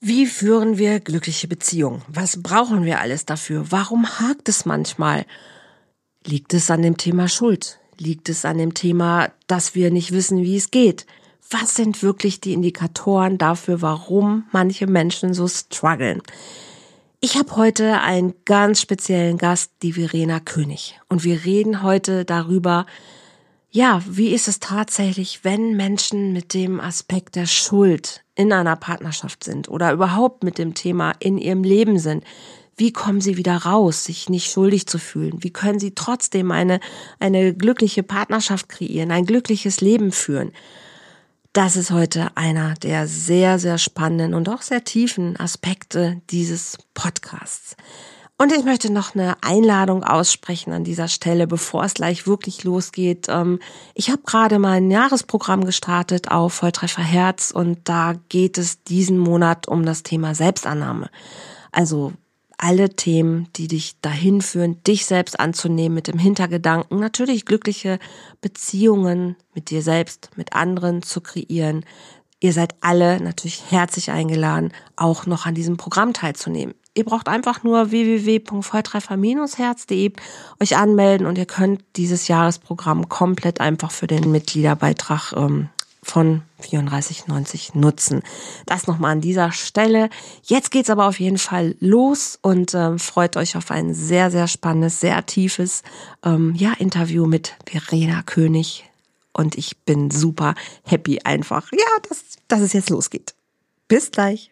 Wie führen wir glückliche Beziehungen? Was brauchen wir alles dafür? Warum hakt es manchmal? Liegt es an dem Thema Schuld? Liegt es an dem Thema, dass wir nicht wissen, wie es geht? Was sind wirklich die Indikatoren dafür, warum manche Menschen so strugglen? Ich habe heute einen ganz speziellen Gast, die Verena König. Und wir reden heute darüber, wie ist es tatsächlich, wenn Menschen mit dem Aspekt der Schuld in einer Partnerschaft sind oder überhaupt mit dem Thema in ihrem Leben sind? Wie kommen sie wieder raus, sich nicht schuldig zu fühlen? Wie können sie trotzdem eine glückliche Partnerschaft kreieren, ein glückliches Leben führen? Das ist heute einer der sehr, sehr spannenden und auch sehr tiefen Aspekte dieses Podcasts. Und ich möchte noch eine Einladung aussprechen an dieser Stelle, bevor es gleich wirklich losgeht. Ich habe gerade mein Jahresprogramm gestartet auf Volltreffer Herz und da geht es diesen Monat um das Thema Selbstannahme. Also alle Themen, die dich dahin führen, dich selbst anzunehmen mit dem Hintergedanken, natürlich glückliche Beziehungen mit dir selbst, mit anderen zu kreieren. Ihr seid alle natürlich herzlich eingeladen, auch noch an diesem Programm teilzunehmen. Ihr braucht einfach nur www.volltreffer-herz.de euch anmelden und ihr könnt dieses Jahresprogramm komplett einfach für den Mitgliederbeitrag von 34,90 nutzen. Das nochmal an dieser Stelle. Jetzt geht's aber auf jeden Fall los und freut euch auf ein sehr, sehr spannendes, sehr tiefes Interview mit Verena König. Und ich bin super happy einfach, dass es jetzt losgeht. Bis gleich.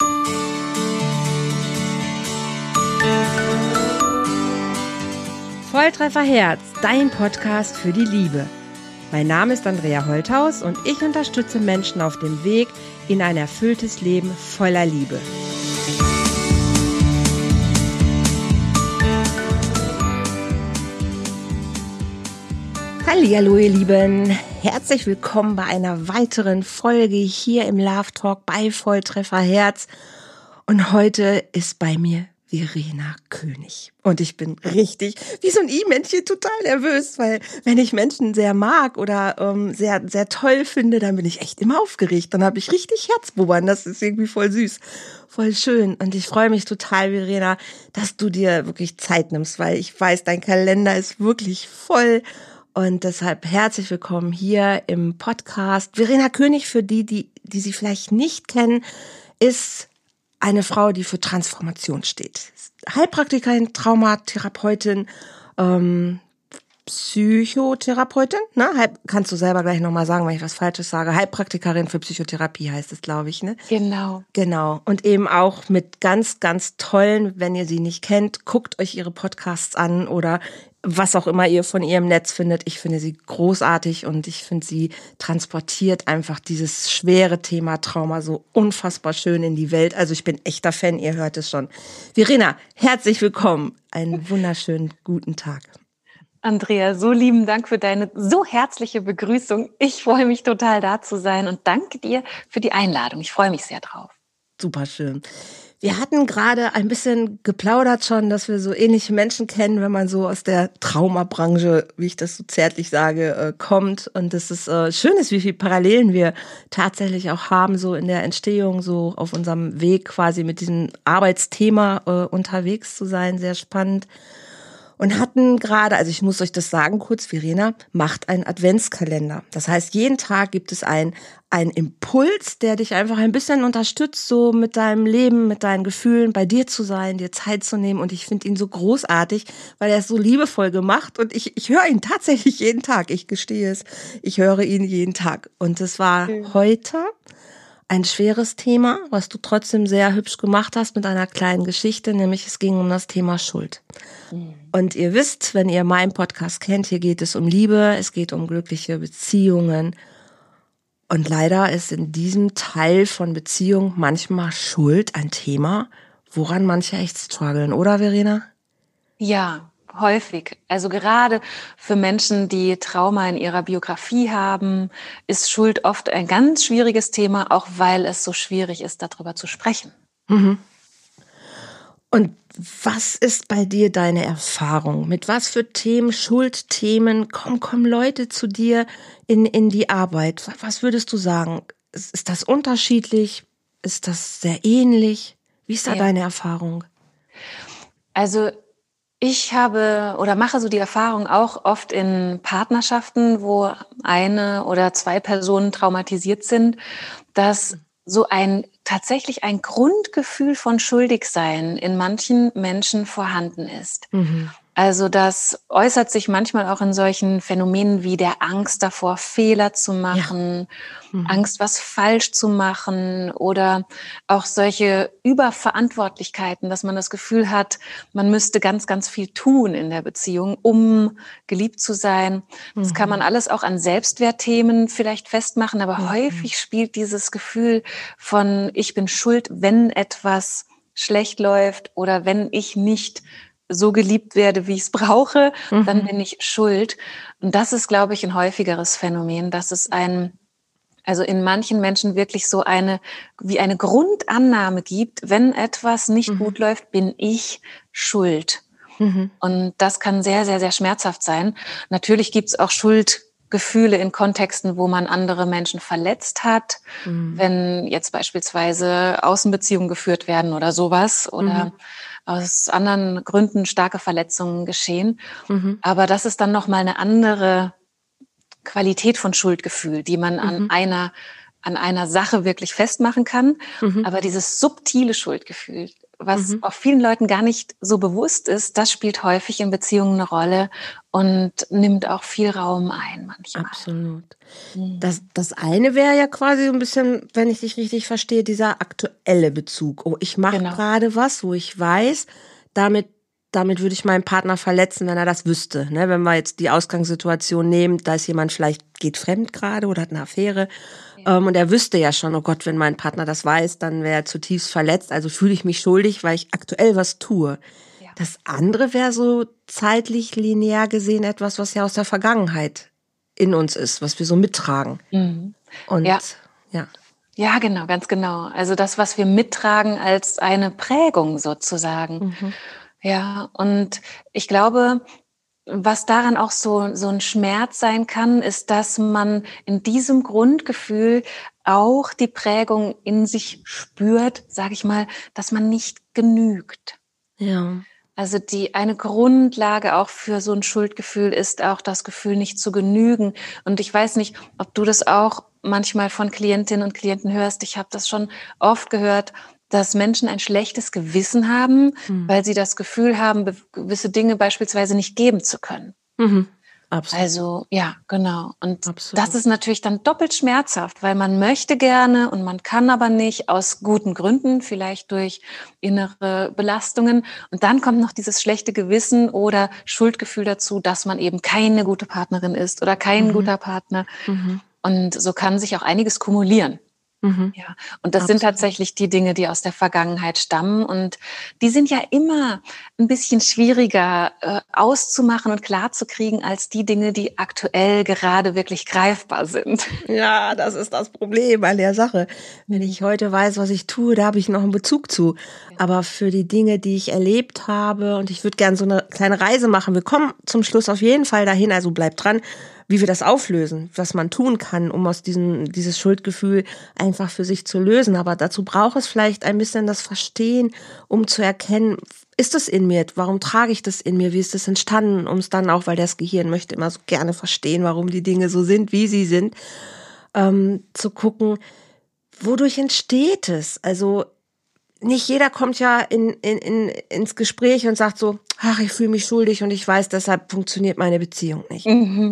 Volltreffer Herz, dein Podcast für die Liebe. Mein Name ist Andrea Holthaus und ich unterstütze Menschen auf dem Weg in ein erfülltes Leben voller Liebe. Hallihallo ihr Lieben, herzlich willkommen bei einer weiteren Folge hier im Love Talk bei Volltreffer Herz. Und heute ist bei mir Verena König. Und ich bin richtig, wie so ein I-Männchen, total nervös, weil wenn ich Menschen sehr mag oder sehr, sehr toll finde, dann bin ich echt immer aufgeregt. Dann habe ich richtig Herzbubbern, das ist irgendwie voll süß, voll schön. Und ich freue mich total, Verena, dass du dir wirklich Zeit nimmst, weil ich weiß, dein Kalender ist wirklich voll. Und deshalb herzlich willkommen hier im Podcast. Verena König, für die sie vielleicht nicht kennen, ist eine Frau, die für Transformation steht. Heilpraktikerin, Traumatherapeutin, Psychotherapeutin, ne? Kannst du selber gleich nochmal sagen, wenn ich was Falsches sage. Heilpraktikerin für Psychotherapie heißt es, glaube ich, ne? Genau. Genau. Und eben auch mit ganz, ganz tollen, wenn ihr sie nicht kennt, guckt euch ihre Podcasts an oder was auch immer ihr von ihr im Netz findet. Ich finde sie großartig und ich finde, sie transportiert einfach dieses schwere Thema Trauma so unfassbar schön in die Welt. Also ich bin echter Fan, ihr hört es schon. Verena, herzlich willkommen. Einen wunderschönen guten Tag. Andrea, so lieben Dank für deine so herzliche Begrüßung. Ich freue mich total, da zu sein und danke dir für die Einladung. Ich freue mich sehr drauf. Super schön. Wir hatten gerade ein bisschen geplaudert schon, dass wir so ähnliche Menschen kennen, wenn man so aus der Traumabranche, wie ich das so zärtlich sage, kommt. Und es ist schön ist, wie viele Parallelen wir tatsächlich auch haben, so in der Entstehung, so auf unserem Weg quasi mit diesem Arbeitsthema unterwegs zu sein. Sehr spannend. Und hatten gerade, also ich muss euch das sagen kurz, Verena macht einen Adventskalender. Das heißt, jeden Tag gibt es einen Impuls, der dich einfach ein bisschen unterstützt, so mit deinem Leben, mit deinen Gefühlen, bei dir zu sein, dir Zeit zu nehmen. Und ich finde ihn so großartig, weil er es so liebevoll gemacht. Und ich höre ihn tatsächlich jeden Tag. Ich gestehe es, ich höre ihn jeden Tag. Und es war heute ein schweres Thema, was du trotzdem sehr hübsch gemacht hast mit einer kleinen Geschichte, nämlich es ging um das Thema Schuld. Und ihr wisst, wenn ihr meinen Podcast kennt, hier geht es um Liebe, es geht um glückliche Beziehungen. Und leider ist in diesem Teil von Beziehung manchmal Schuld ein Thema, woran manche echt strugglen, oder Verena? Ja, häufig. Also gerade für Menschen, die Trauma in ihrer Biografie haben, ist Schuld oft ein ganz schwieriges Thema, auch weil es so schwierig ist, darüber zu sprechen. Mhm. Und was ist bei dir deine Erfahrung? Mit was für Themen, Schuldthemen kommen Leute zu dir in die Arbeit? Was würdest du sagen? Ist das unterschiedlich? Ist das sehr ähnlich? Wie ist da Ja. deine Erfahrung? Also ich habe oder mache so die Erfahrung auch oft in Partnerschaften, wo eine oder zwei Personen traumatisiert sind, dass so tatsächlich ein Grundgefühl von Schuldigsein in manchen Menschen vorhanden ist. Mhm. Also das äußert sich manchmal auch in solchen Phänomenen wie der Angst davor, Fehler zu Ja. machen, Angst, was falsch zu machen oder auch solche Überverantwortlichkeiten, dass man das Gefühl hat, man müsste ganz, ganz viel tun in der Beziehung, um geliebt zu sein. Das kann man alles auch an Selbstwertthemen vielleicht festmachen, aber häufig spielt dieses Gefühl von ich bin schuld, wenn etwas schlecht läuft oder wenn ich nicht so geliebt werde, wie ich es brauche, dann bin ich schuld. Und das ist, glaube ich, ein häufigeres Phänomen, dass es also in manchen Menschen wirklich so wie eine Grundannahme gibt, wenn etwas nicht gut läuft, bin ich schuld. Und das kann sehr, sehr, sehr schmerzhaft sein. Natürlich gibt es auch Schuldgefühle in Kontexten, wo man andere Menschen verletzt hat, wenn jetzt beispielsweise Außenbeziehungen geführt werden oder sowas oder aus anderen Gründen starke Verletzungen geschehen. Aber das ist dann nochmal eine andere Qualität von Schuldgefühl, die man an einer Sache wirklich festmachen kann. Aber dieses subtile Schuldgefühl, was auch vielen Leuten gar nicht so bewusst ist, das spielt häufig in Beziehungen eine Rolle und nimmt auch viel Raum ein manchmal. Absolut. Das eine wäre ja quasi so ein bisschen, wenn ich dich richtig verstehe, dieser aktuelle Bezug. Oh, ich mache Genau. gerade was, wo ich weiß, damit würde ich meinen Partner verletzen, wenn er das wüsste. Ne? Wenn wir jetzt die Ausgangssituation nehmen, da ist jemand vielleicht geht fremd gerade oder hat eine Affäre und er wüsste ja schon, oh Gott, wenn mein Partner das weiß, dann wäre er zutiefst verletzt. Also fühle ich mich schuldig, weil ich aktuell was tue. Ja. Das andere wäre so zeitlich linear gesehen etwas, was ja aus der Vergangenheit in uns ist, was wir so mittragen. Und Ja. ja. Ja, genau, ganz genau. Also das, was wir mittragen als eine Prägung sozusagen. Ja, und ich glaube, was daran auch so ein Schmerz sein kann, ist, dass man in diesem Grundgefühl auch die Prägung in sich spürt, sage ich mal, dass man nicht genügt. Ja. Also eine Grundlage auch für so ein Schuldgefühl ist auch das Gefühl, nicht zu genügen. Und ich weiß nicht, ob du das auch manchmal von Klientinnen und Klienten hörst. Ich habe das schon oft gehört, dass Menschen ein schlechtes Gewissen haben, weil sie das Gefühl haben, gewisse Dinge beispielsweise nicht geben zu können. Absolut. Also ja, genau. Und Absolut. das ist natürlich dann doppelt schmerzhaft, weil man möchte gerne und man kann aber nicht aus guten Gründen, vielleicht durch innere Belastungen. Und dann kommt noch dieses schlechte Gewissen oder Schuldgefühl dazu, dass man eben keine gute Partnerin ist oder kein guter Partner. Und so kann sich auch einiges kumulieren. Ja, und das sind tatsächlich die Dinge, die aus der Vergangenheit stammen und die sind ja immer ein bisschen schwieriger auszumachen und klarzukriegen als die Dinge, die aktuell gerade wirklich greifbar sind. Ja, das ist das Problem an der Sache. Wenn ich heute weiß, was ich tue, da habe ich noch einen Bezug zu. Aber für die Dinge, die ich erlebt habe, und ich würde gerne so eine kleine Reise machen, wir kommen zum Schluss auf jeden Fall dahin, also bleibt dran, wie wir das auflösen, was man tun kann, um aus dieses Schuldgefühl einfach für sich zu lösen. Aber dazu braucht es vielleicht ein bisschen das Verstehen, um zu erkennen, ist das in mir? Warum trage ich das in mir? Wie ist das entstanden? Um es dann auch, weil das Gehirn möchte immer so gerne verstehen, warum die Dinge so sind, wie sie sind, zu gucken, wodurch entsteht es? Also nicht jeder kommt ja ins Gespräch und sagt so, ach, ich fühle mich schuldig und ich weiß, deshalb funktioniert meine Beziehung nicht.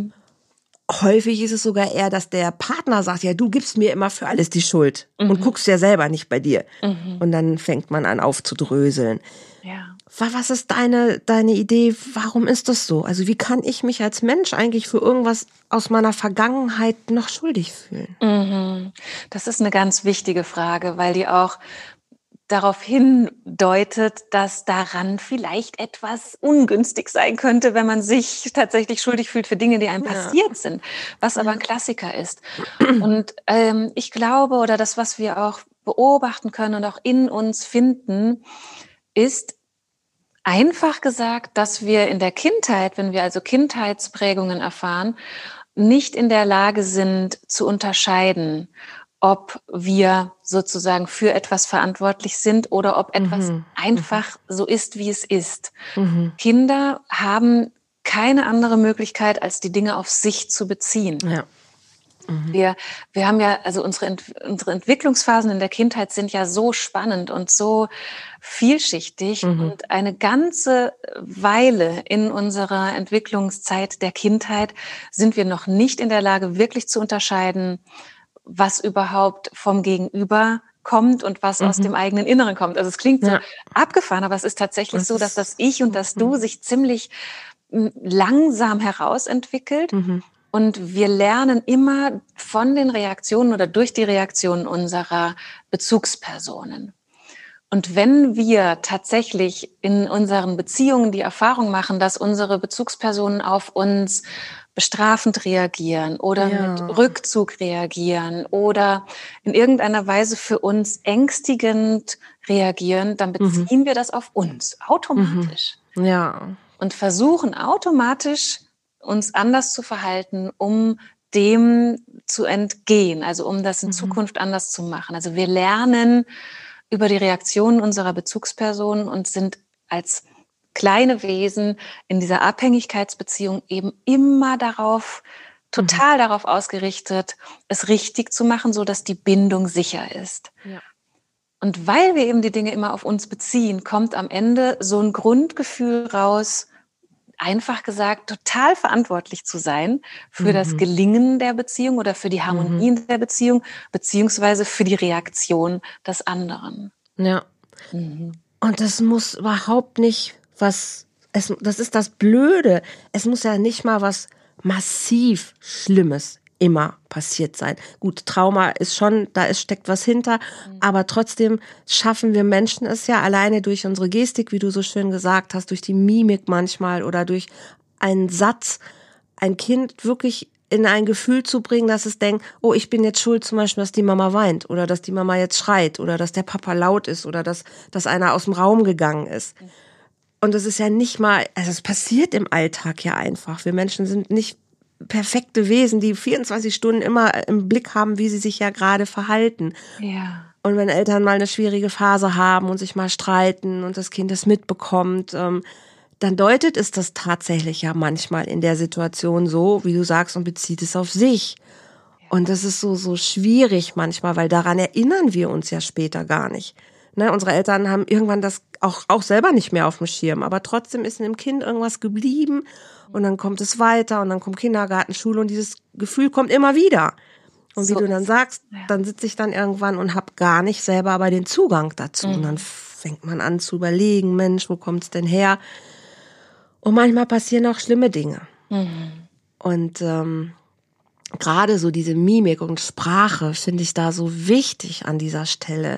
Häufig ist es sogar eher, dass der Partner sagt, ja, du gibst mir immer für alles die Schuld und guckst ja selber nicht bei dir. Und dann fängt man an aufzudröseln. Ja. Was ist deine Idee? Warum ist das so? Also wie kann ich mich als Mensch eigentlich für irgendwas aus meiner Vergangenheit noch schuldig fühlen? Das ist eine ganz wichtige Frage, weil die auch darauf hindeutet, dass daran vielleicht etwas ungünstig sein könnte, wenn man sich tatsächlich schuldig fühlt für Dinge, die einem passiert sind, was aber ein Klassiker ist. Und ich glaube, oder das, was wir auch beobachten können und auch in uns finden, ist einfach gesagt, dass wir in der Kindheit, wenn wir also Kindheitsprägungen erfahren, nicht in der Lage sind zu unterscheiden, ob wir sozusagen für etwas verantwortlich sind oder ob etwas einfach so ist, wie es ist. Kinder haben keine andere Möglichkeit, als die Dinge auf sich zu beziehen. Ja. Wir haben ja, also unsere Entwicklungsphasen in der Kindheit sind ja so spannend und so vielschichtig und eine ganze Weile in unserer Entwicklungszeit der Kindheit sind wir noch nicht in der Lage, wirklich zu unterscheiden, was überhaupt vom Gegenüber kommt und was aus dem eigenen Inneren kommt. Also es klingt so abgefahren, aber es ist tatsächlich so, dass das Ich und das Du sich ziemlich langsam herausentwickelt. Und wir lernen immer von den Reaktionen oder durch die Reaktionen unserer Bezugspersonen. Und wenn wir tatsächlich in unseren Beziehungen die Erfahrung machen, dass unsere Bezugspersonen auf uns bestrafend reagieren oder mit Rückzug reagieren oder in irgendeiner Weise für uns ängstigend reagieren, dann beziehen wir das auf uns automatisch. Ja. Und versuchen automatisch uns anders zu verhalten, um dem zu entgehen, also um das in Zukunft anders zu machen. Also wir lernen über die Reaktionen unserer Bezugspersonen und sind als kleine Wesen in dieser Abhängigkeitsbeziehung eben immer total darauf ausgerichtet, es richtig zu machen, so dass die Bindung sicher ist. Ja. Und weil wir eben die Dinge immer auf uns beziehen, kommt am Ende so ein Grundgefühl raus, einfach gesagt, total verantwortlich zu sein für das Gelingen der Beziehung oder für die Harmonie in der Beziehung, beziehungsweise für die Reaktion des anderen. Ja. Und das muss überhaupt nicht das ist das Blöde. Es muss ja nicht mal was massiv Schlimmes immer passiert sein. Gut, Trauma ist schon, steckt was hinter, aber trotzdem schaffen wir Menschen es ja alleine durch unsere Gestik, wie du so schön gesagt hast, durch die Mimik manchmal oder durch einen Satz, ein Kind wirklich in ein Gefühl zu bringen, dass es denkt, oh, ich bin jetzt schuld, zum Beispiel, dass die Mama weint oder dass die Mama jetzt schreit oder dass der Papa laut ist oder dass einer aus dem Raum gegangen ist. Und es ist ja nicht mal, also es passiert im Alltag ja einfach. Wir Menschen sind nicht perfekte Wesen, die 24 Stunden immer im Blick haben, wie sie sich ja gerade verhalten. Ja. Und wenn Eltern mal eine schwierige Phase haben und sich mal streiten und das Kind es mitbekommt, dann deutet es das tatsächlich ja manchmal in der Situation so, wie du sagst, und bezieht es auf sich. Und das ist so schwierig manchmal, weil daran erinnern wir uns ja später gar nicht. Ne, unsere Eltern haben irgendwann das auch selber nicht mehr auf dem Schirm, aber trotzdem ist in dem Kind irgendwas geblieben und dann kommt es weiter und dann kommt Kindergarten, Schule und dieses Gefühl kommt immer wieder. Und wie du dann sagst, dann sitze ich dann irgendwann und habe gar nicht selber aber den Zugang dazu. Und dann fängt man an zu überlegen, Mensch, wo kommt's denn her? Und manchmal passieren auch schlimme Dinge. Und gerade so diese Mimik und Sprache finde ich da so wichtig an dieser Stelle.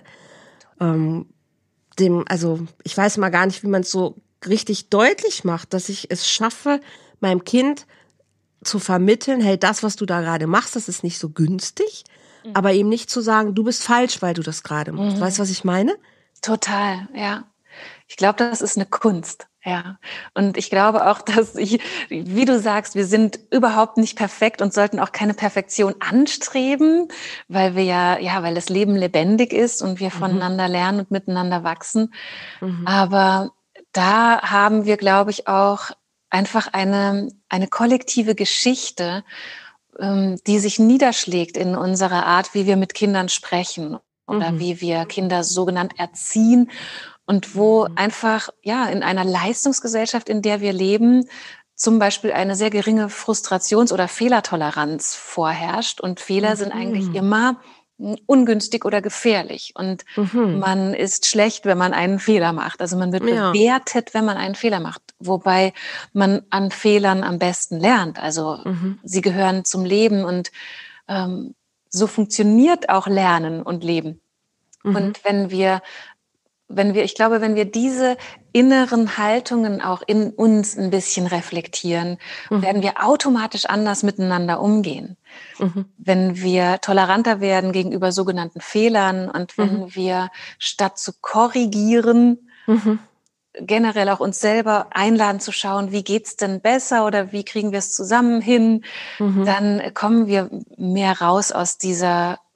Also ich weiß mal gar nicht, wie man es so richtig deutlich macht, dass ich es schaffe, meinem Kind zu vermitteln, hey, das, was du da gerade machst, das ist nicht so günstig, aber eben nicht zu sagen, du bist falsch, weil du das gerade machst. Weißt du, was ich meine? Total, ja. Ich glaube, das ist eine Kunst, ja. Und ich glaube auch, dass wie du sagst, wir sind überhaupt nicht perfekt und sollten auch keine Perfektion anstreben, weil weil das Leben lebendig ist und wir voneinander lernen und miteinander wachsen. Aber da haben wir, glaube ich, auch einfach eine kollektive Geschichte, die sich niederschlägt in unserer Art, wie wir mit Kindern sprechen oder wie wir Kinder sogenannt erziehen. Und wo einfach, in einer Leistungsgesellschaft, in der wir leben, zum Beispiel eine sehr geringe Frustrations- oder Fehlertoleranz vorherrscht. Und Fehler sind eigentlich immer ungünstig oder gefährlich. Und man ist schlecht, wenn man einen Fehler macht. Also man wird bewertet, wenn man einen Fehler macht. Wobei man an Fehlern am besten lernt. Also sie gehören zum Leben und so funktioniert auch Lernen und Leben. Und ich glaube, wenn wir diese inneren Haltungen auch in uns ein bisschen reflektieren, werden wir automatisch anders miteinander umgehen. Wenn wir toleranter werden gegenüber sogenannten Fehlern und wenn wir statt zu korrigieren, generell auch uns selber einladen zu schauen, wie geht's denn besser oder wie kriegen wir es zusammen hin, dann kommen wir mehr raus aus dieser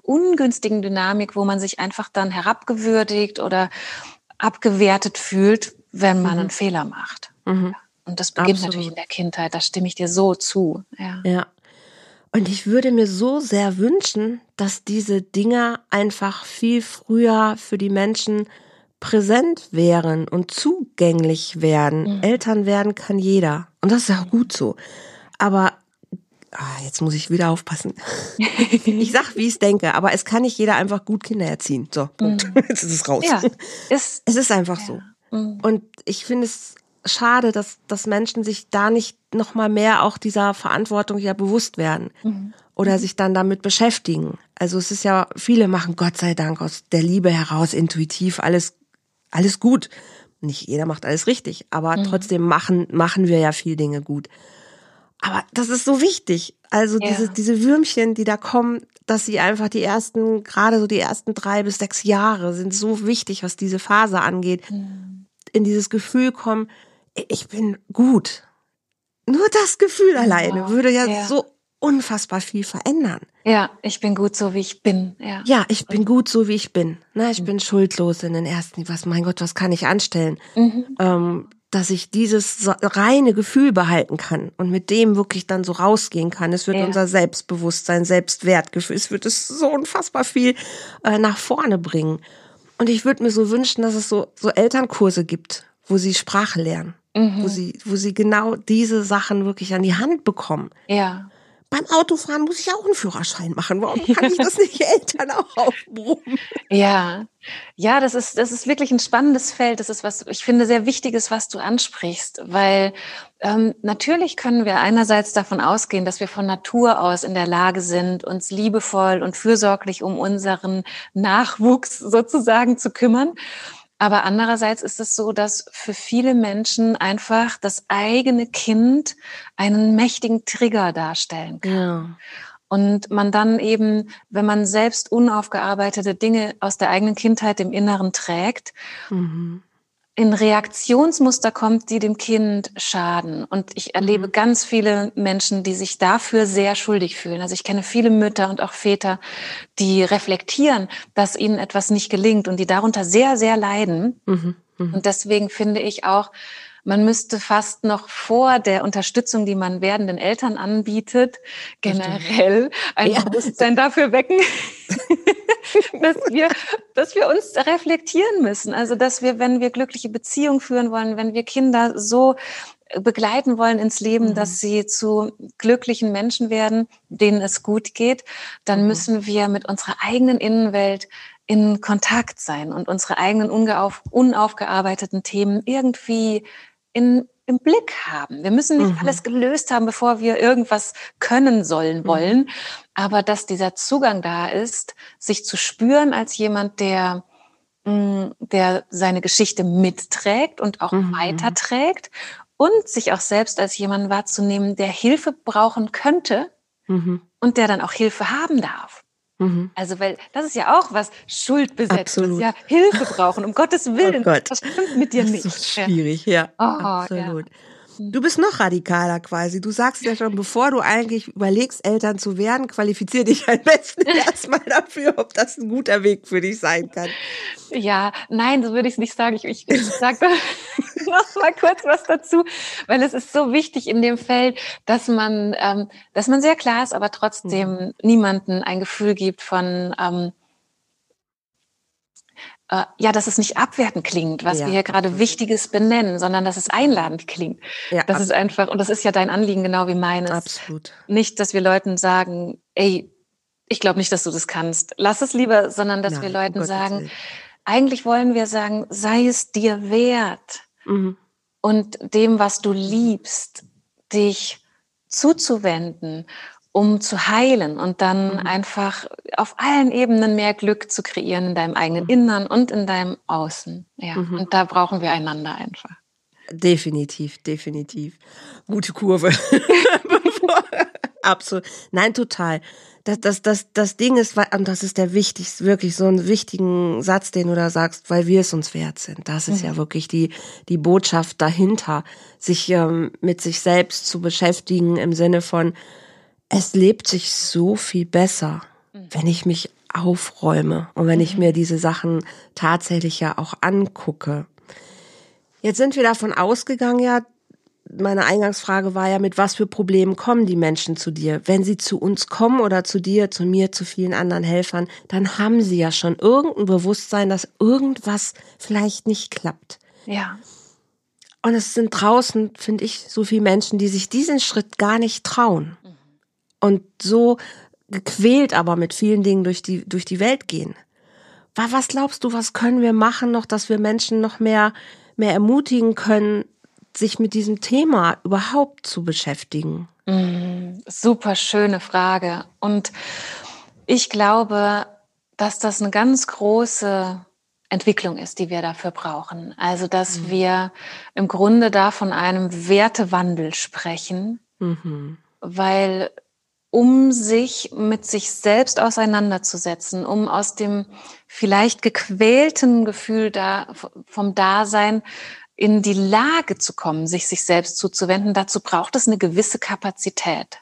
ungünstigen Dynamik, wo man sich einfach dann herabgewürdigt oder abgewertet fühlt, wenn man einen Fehler macht. Mhm. Und das beginnt Absolut. natürlich in der Kindheit, da stimme ich dir so zu. Ja. Ja. Und ich würde mir so sehr wünschen, dass diese Dinge einfach viel früher für die Menschen präsent wären und zugänglich werden. Eltern werden kann jeder. Und das ist auch gut so. Aber jetzt muss ich wieder aufpassen. Ich sag, wie ich es denke, aber es kann nicht jeder einfach gut Kinder erziehen. So, Punkt. Jetzt ist es raus. Ja, Es ist einfach so. Und ich finde es schade, dass Menschen sich da nicht noch mal mehr auch dieser Verantwortung ja bewusst werden oder sich dann damit beschäftigen. Also es ist ja, viele machen Gott sei Dank aus der Liebe heraus intuitiv alles gut. Nicht jeder macht alles richtig, aber trotzdem machen wir ja viel Dinge gut. Aber das ist so wichtig. Also diese Würmchen, die da kommen, dass sie einfach gerade so die ersten 3 bis 6 Jahre sind so wichtig, was diese Phase angeht. In dieses Gefühl kommen, ich bin gut. Nur das Gefühl alleine würde ja so unfassbar viel verändern. Ja, ich bin gut so, wie ich bin. Ja, ich bin gut so, wie ich bin. Ich bin schuldlos in den ersten, mein Gott, was kann ich anstellen? Dass ich dieses reine Gefühl behalten kann und mit dem wirklich dann so rausgehen kann. Es wird unser Selbstbewusstsein, Selbstwertgefühl, es wird es so unfassbar viel nach vorne bringen. Und ich würde mir so wünschen, dass es so Elternkurse gibt, wo sie Sprache lernen, wo sie genau diese Sachen wirklich an die Hand bekommen. Ja. Beim Autofahren muss ich auch einen Führerschein machen. Warum kann ich das nicht Eltern auch aufbrummen? Ja, das ist wirklich ein spannendes Feld. Das ist was, ich finde, sehr Wichtiges, was du ansprichst, weil natürlich können wir einerseits davon ausgehen, dass wir von Natur aus in der Lage sind, uns liebevoll und fürsorglich um unseren Nachwuchs sozusagen zu kümmern. Aber andererseits ist es so, dass für viele Menschen einfach das eigene Kind einen mächtigen Trigger darstellen kann. Ja. Und man dann eben, wenn man selbst unaufgearbeitete Dinge aus der eigenen Kindheit im Inneren trägt, in Reaktionsmuster kommt, die dem Kind schaden. Und ich erlebe ganz viele Menschen, die sich dafür sehr schuldig fühlen. Also ich kenne viele Mütter und auch Väter, die reflektieren, dass ihnen etwas nicht gelingt und die darunter sehr, sehr leiden. Und deswegen finde ich auch, man müsste fast noch vor der Unterstützung, die man werdenden Eltern anbietet, generell ein Bewusstsein dafür wecken, dass wir uns reflektieren müssen. Also, dass wir, wenn wir glückliche Beziehungen führen wollen, wenn wir Kinder so begleiten wollen ins Leben, dass sie zu glücklichen Menschen werden, denen es gut geht, dann müssen wir mit unserer eigenen Innenwelt in Kontakt sein und unsere eigenen unaufgearbeiteten Themen irgendwie im Blick haben. Wir müssen nicht alles gelöst haben, bevor wir irgendwas können wollen. Aber dass dieser Zugang da ist, sich zu spüren als jemand, der seine Geschichte mitträgt und auch weiterträgt und sich auch selbst als jemanden wahrzunehmen, der Hilfe brauchen könnte und der dann auch Hilfe haben darf. Also, weil das ist ja auch was Schuldbesetztes, ja, Hilfe brauchen, um Gottes Willen. Oh Gott. Das stimmt mit dir nicht. Das ist so schwierig, absolut. Du bist noch radikaler quasi. Du sagst ja schon, bevor du eigentlich überlegst, Eltern zu werden, qualifizier dich am besten erstmal dafür, ob das ein guter Weg für dich sein kann. Ja, nein, so würde ich es nicht sagen. Ich sage noch mal kurz was dazu, weil es ist so wichtig in dem Feld, dass man sehr klar ist, aber trotzdem niemanden ein Gefühl gibt von dass es nicht abwertend klingt, was wir hier gerade Wichtiges benennen, sondern dass es einladend klingt. Ja, das ist einfach, und das ist ja dein Anliegen genau wie meines. Absolut. Nicht, dass wir Leuten sagen, ey, ich glaube nicht, dass du das kannst. Lass es lieber, sondern dass wir Leuten sagen, eigentlich wollen wir sagen, sei es dir wert und dem, was du liebst, dich zuzuwenden, um zu heilen und dann einfach auf allen Ebenen mehr Glück zu kreieren in deinem eigenen Innern und in deinem Außen. Ja, und da brauchen wir einander einfach. Definitiv. Gute Kurve. Absolut. Nein, total. Das Ding ist, und das ist der wichtigste, wirklich so einen wichtigen Satz, den du da sagst, weil wir es uns wert sind. Das ist ja wirklich die Botschaft dahinter, sich mit sich selbst zu beschäftigen im Sinne von, es lebt sich so viel besser, wenn ich mich aufräume und wenn ich mir diese Sachen tatsächlich ja auch angucke. Jetzt sind wir davon ausgegangen, ja, meine Eingangsfrage war ja, mit was für Problemen kommen die Menschen zu dir? Wenn sie zu uns kommen oder zu dir, zu mir, zu vielen anderen Helfern, dann haben sie ja schon irgendein Bewusstsein, dass irgendwas vielleicht nicht klappt. Ja. Und es sind draußen, finde ich, so viele Menschen, die sich diesen Schritt gar nicht trauen. Und so gequält aber mit vielen Dingen durch die Welt gehen. Was glaubst du, was können wir machen noch, dass wir Menschen noch mehr ermutigen können, sich mit diesem Thema überhaupt zu beschäftigen? Super schöne Frage. Und ich glaube, dass das eine ganz große Entwicklung ist, die wir dafür brauchen. Also, dass wir im Grunde da von einem Wertewandel sprechen, weil um sich mit sich selbst auseinanderzusetzen, um aus dem vielleicht gequälten Gefühl vom Dasein in die Lage zu kommen, sich selbst zuzuwenden, dazu braucht es eine gewisse Kapazität.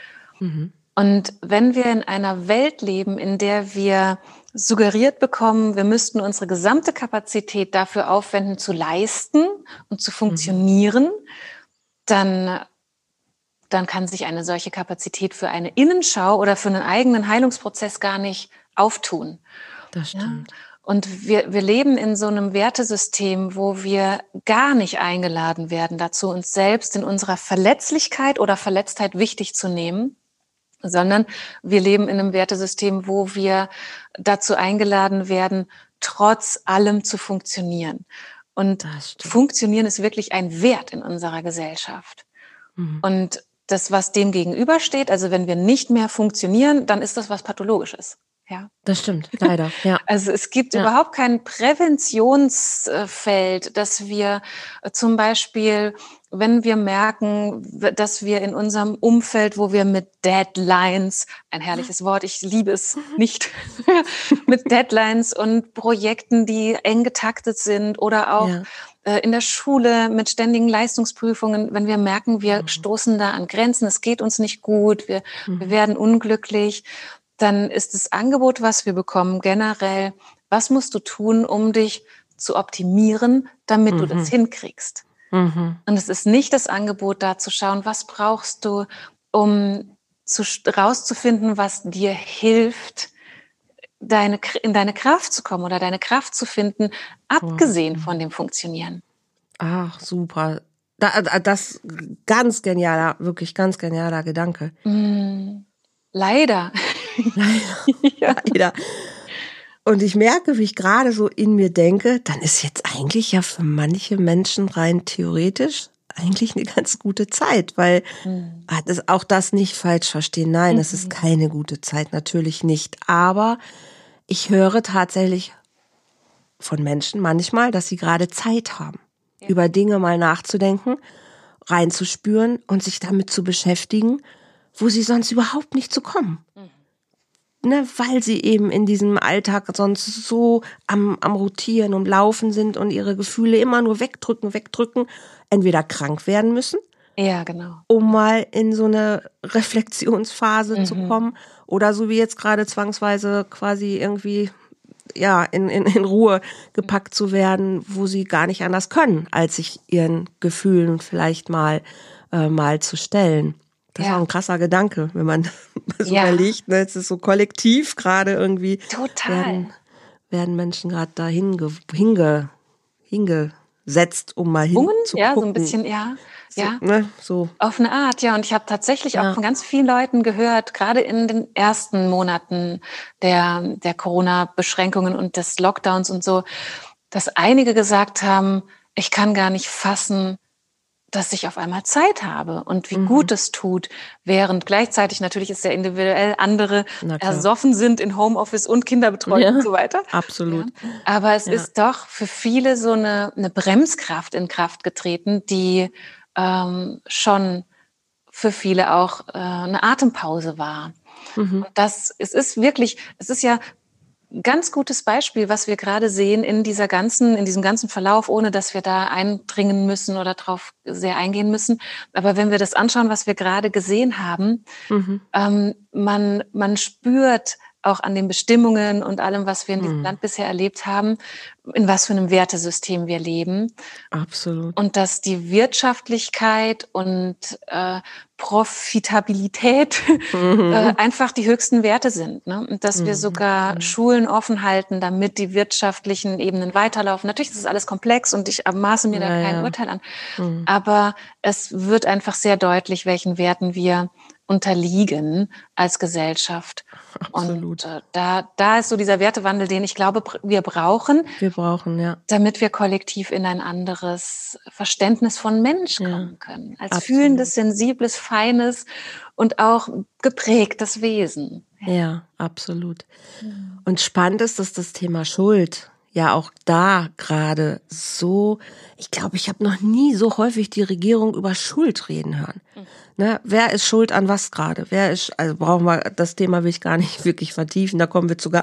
Und wenn wir in einer Welt leben, in der wir suggeriert bekommen, wir müssten unsere gesamte Kapazität dafür aufwenden, zu leisten und zu funktionieren, dann kann sich eine solche Kapazität für eine Innenschau oder für einen eigenen Heilungsprozess gar nicht auftun. Das stimmt. Ja? Und wir leben in so einem Wertesystem, wo wir gar nicht eingeladen werden dazu, uns selbst in unserer Verletzlichkeit oder Verletztheit wichtig zu nehmen, sondern wir leben in einem Wertesystem, wo wir dazu eingeladen werden, trotz allem zu funktionieren. Und funktionieren ist wirklich ein Wert in unserer Gesellschaft. Und das, was dem gegenübersteht, also wenn wir nicht mehr funktionieren, dann ist das was Pathologisches. Ja. Das stimmt, leider. Ja. Also es gibt überhaupt kein Präventionsfeld, dass wir zum Beispiel, wenn wir merken, dass wir in unserem Umfeld, wo wir mit Deadlines, ein herrliches Wort, ich liebe es nicht, mit Deadlines und Projekten, die eng getaktet sind oder auch in der Schule mit ständigen Leistungsprüfungen, wenn wir merken, wir stoßen da an Grenzen, es geht uns nicht gut, wir werden unglücklich, dann ist das Angebot, was wir bekommen, generell, was musst du tun, um dich zu optimieren, damit du das hinkriegst. Und es ist nicht das Angebot, da zu schauen, was brauchst du, um rauszufinden, was dir hilft, in deine Kraft zu kommen oder deine Kraft zu finden, abgesehen von dem Funktionieren. Ach, super. Das ganz genialer, wirklich ganz genialer Gedanke. Leider. Leider. Und ich merke, wie ich gerade so in mir denke, dann ist jetzt eigentlich ja für manche Menschen rein theoretisch eigentlich eine ganz gute Zeit, weil auch das nicht falsch verstehen. Nein, es ist keine gute Zeit, natürlich nicht. Aber ich höre tatsächlich von Menschen manchmal, dass sie gerade Zeit haben, über Dinge mal nachzudenken, reinzuspüren und sich damit zu beschäftigen, wo sie sonst überhaupt nicht zu kommen. Ne, weil sie eben in diesem Alltag sonst so am Rotieren und Laufen sind und ihre Gefühle immer nur wegdrücken, entweder krank werden müssen, ja, genau, um mal in so eine Reflexionsphase zu kommen, oder so wie jetzt gerade zwangsweise quasi irgendwie in Ruhe gepackt zu werden, wo sie gar nicht anders können, als sich ihren Gefühlen vielleicht mal zu stellen. Das ist auch ein krasser Gedanke, wenn man so überlegt, ne? Es ist so kollektiv gerade irgendwie. Total. Werden Menschen gerade da hingesetzt, um mal hinzugucken. Ja, so ein bisschen, Ne? So. Auf eine Art, ja. Und ich habe tatsächlich auch von ganz vielen Leuten gehört, gerade in den ersten Monaten der Corona-Beschränkungen und des Lockdowns und so, dass einige gesagt haben, ich kann gar nicht fassen, dass ich auf einmal Zeit habe und wie gut es tut, während gleichzeitig natürlich ist sehr individuell andere ersoffen sind in Homeoffice und Kinderbetreuung und so weiter. Absolut. Ja. Aber es ist doch für viele so eine Bremskraft in Kraft getreten, die schon für viele auch eine Atempause war. Und es ist ja ein ganz gutes Beispiel, was wir gerade sehen in diesem ganzen Verlauf, ohne dass wir da eindringen müssen oder drauf sehr eingehen müssen. Aber wenn wir das anschauen, was wir gerade gesehen haben, man spürt auch an den Bestimmungen und allem, was wir in diesem Land bisher erlebt haben, in was für einem Wertesystem wir leben. Absolut. Und dass die Wirtschaftlichkeit und Profitabilität einfach die höchsten Werte sind. Ne? Und dass wir sogar Schulen offen halten, damit die wirtschaftlichen Ebenen weiterlaufen. Natürlich ist es alles komplex und ich maße mir da kein Urteil an. Aber es wird einfach sehr deutlich, welchen Werten wir unterliegen als Gesellschaft. Absolut. Und da ist so dieser Wertewandel, den ich glaube, wir brauchen. Wir brauchen, ja. Damit wir kollektiv in ein anderes Verständnis von Mensch kommen können. Als absolut. fühlendes, sensibles, feines und auch geprägtes Wesen. Ja, absolut. Und spannend ist, dass das Thema Schuld ja auch da gerade so, ich glaube, ich habe noch nie so häufig die Regierung über Schuld reden hören. Ne? Wer ist schuld an was gerade? Also brauchen wir, das Thema will ich gar nicht wirklich vertiefen, da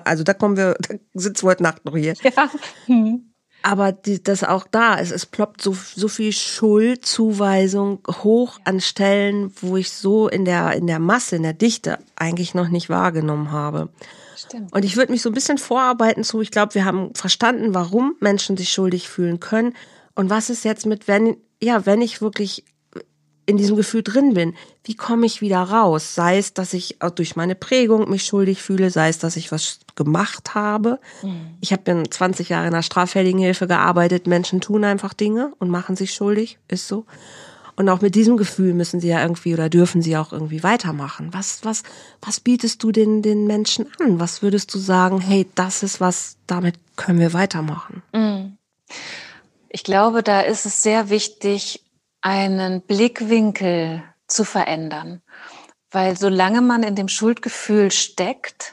sitzen wir heute Nacht noch hier. Ja. Aber das auch da, es ploppt so viel Schuldzuweisung hoch an Stellen, wo ich so in der Masse, in der Dichte eigentlich noch nicht wahrgenommen habe. Stimmt. Und ich würde mich so ein bisschen vorarbeiten zu, ich glaube, wir haben verstanden, warum Menschen sich schuldig fühlen können. Und was ist jetzt wenn ich wirklich in diesem Gefühl drin bin, wie komme ich wieder raus? Sei es, dass ich auch durch meine Prägung mich schuldig fühle, sei es, dass ich was gemacht habe. Ich habe 20 Jahre in der straffälligen gearbeitet. Menschen tun einfach Dinge und machen sich schuldig, ist so. Und auch mit diesem Gefühl müssen sie ja irgendwie oder dürfen sie auch irgendwie weitermachen. Was bietest du den Menschen an? Was würdest du sagen, hey, das ist was, damit können wir weitermachen? Ich glaube, da ist es sehr wichtig, einen Blickwinkel zu verändern. Weil solange man in dem Schuldgefühl steckt,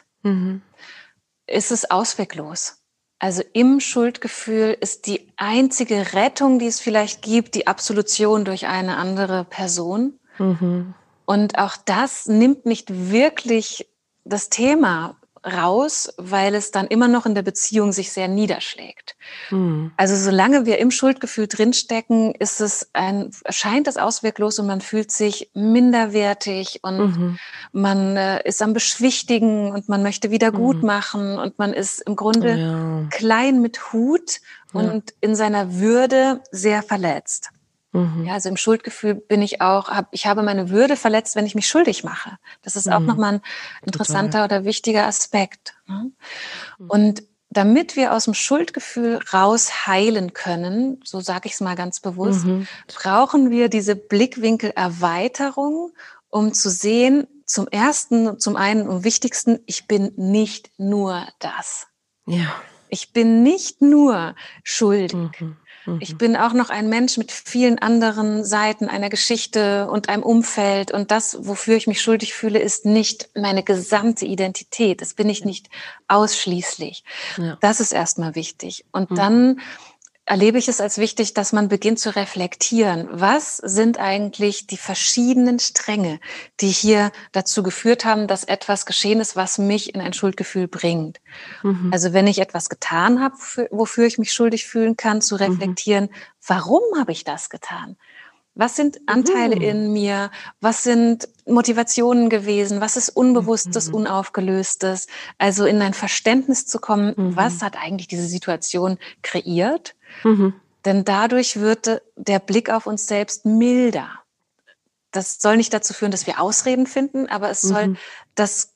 ist es ausweglos. Also im Schuldgefühl ist die einzige Rettung, die es vielleicht gibt, die Absolution durch eine andere Person. Und auch das nimmt nicht wirklich das Thema raus, weil es dann immer noch in der Beziehung sich sehr niederschlägt. Also solange wir im Schuldgefühl drinstecken, erscheint es ausweglos und man fühlt sich minderwertig und man ist am Beschwichtigen und man möchte wieder gut machen und man ist im Grunde klein mit Hut und in seiner Würde sehr verletzt. Ja, also im Schuldgefühl bin ich habe meine Würde verletzt, wenn ich mich schuldig mache. Das ist auch nochmal ein interessanter oder wichtiger Aspekt. Ne? Und damit wir aus dem Schuldgefühl raus heilen können, so sage ich es mal ganz bewusst, brauchen wir diese Blickwinkelerweiterung, um zu sehen, zum einen und wichtigsten, ich bin nicht nur das. Ja. Ich bin nicht nur schuldig. Ich bin auch noch ein Mensch mit vielen anderen Seiten einer Geschichte und einem Umfeld. Und das, wofür ich mich schuldig fühle, ist nicht meine gesamte Identität. Das bin ich nicht ausschließlich. Ja. Das ist erstmal wichtig. Und dann erlebe ich es als wichtig, dass man beginnt zu reflektieren. Was sind eigentlich die verschiedenen Stränge, die hier dazu geführt haben, dass etwas geschehen ist, was mich in ein Schuldgefühl bringt? Also wenn ich etwas getan habe, wofür ich mich schuldig fühlen kann, zu reflektieren, warum habe ich das getan? Was sind Anteile in mir? Was sind Motivationen gewesen? Was ist Unbewusstes, Unaufgelöstes? Also in ein Verständnis zu kommen, was hat eigentlich diese Situation kreiert? Denn dadurch wird der Blick auf uns selbst milder. Das soll nicht dazu führen, dass wir Ausreden finden, aber es soll das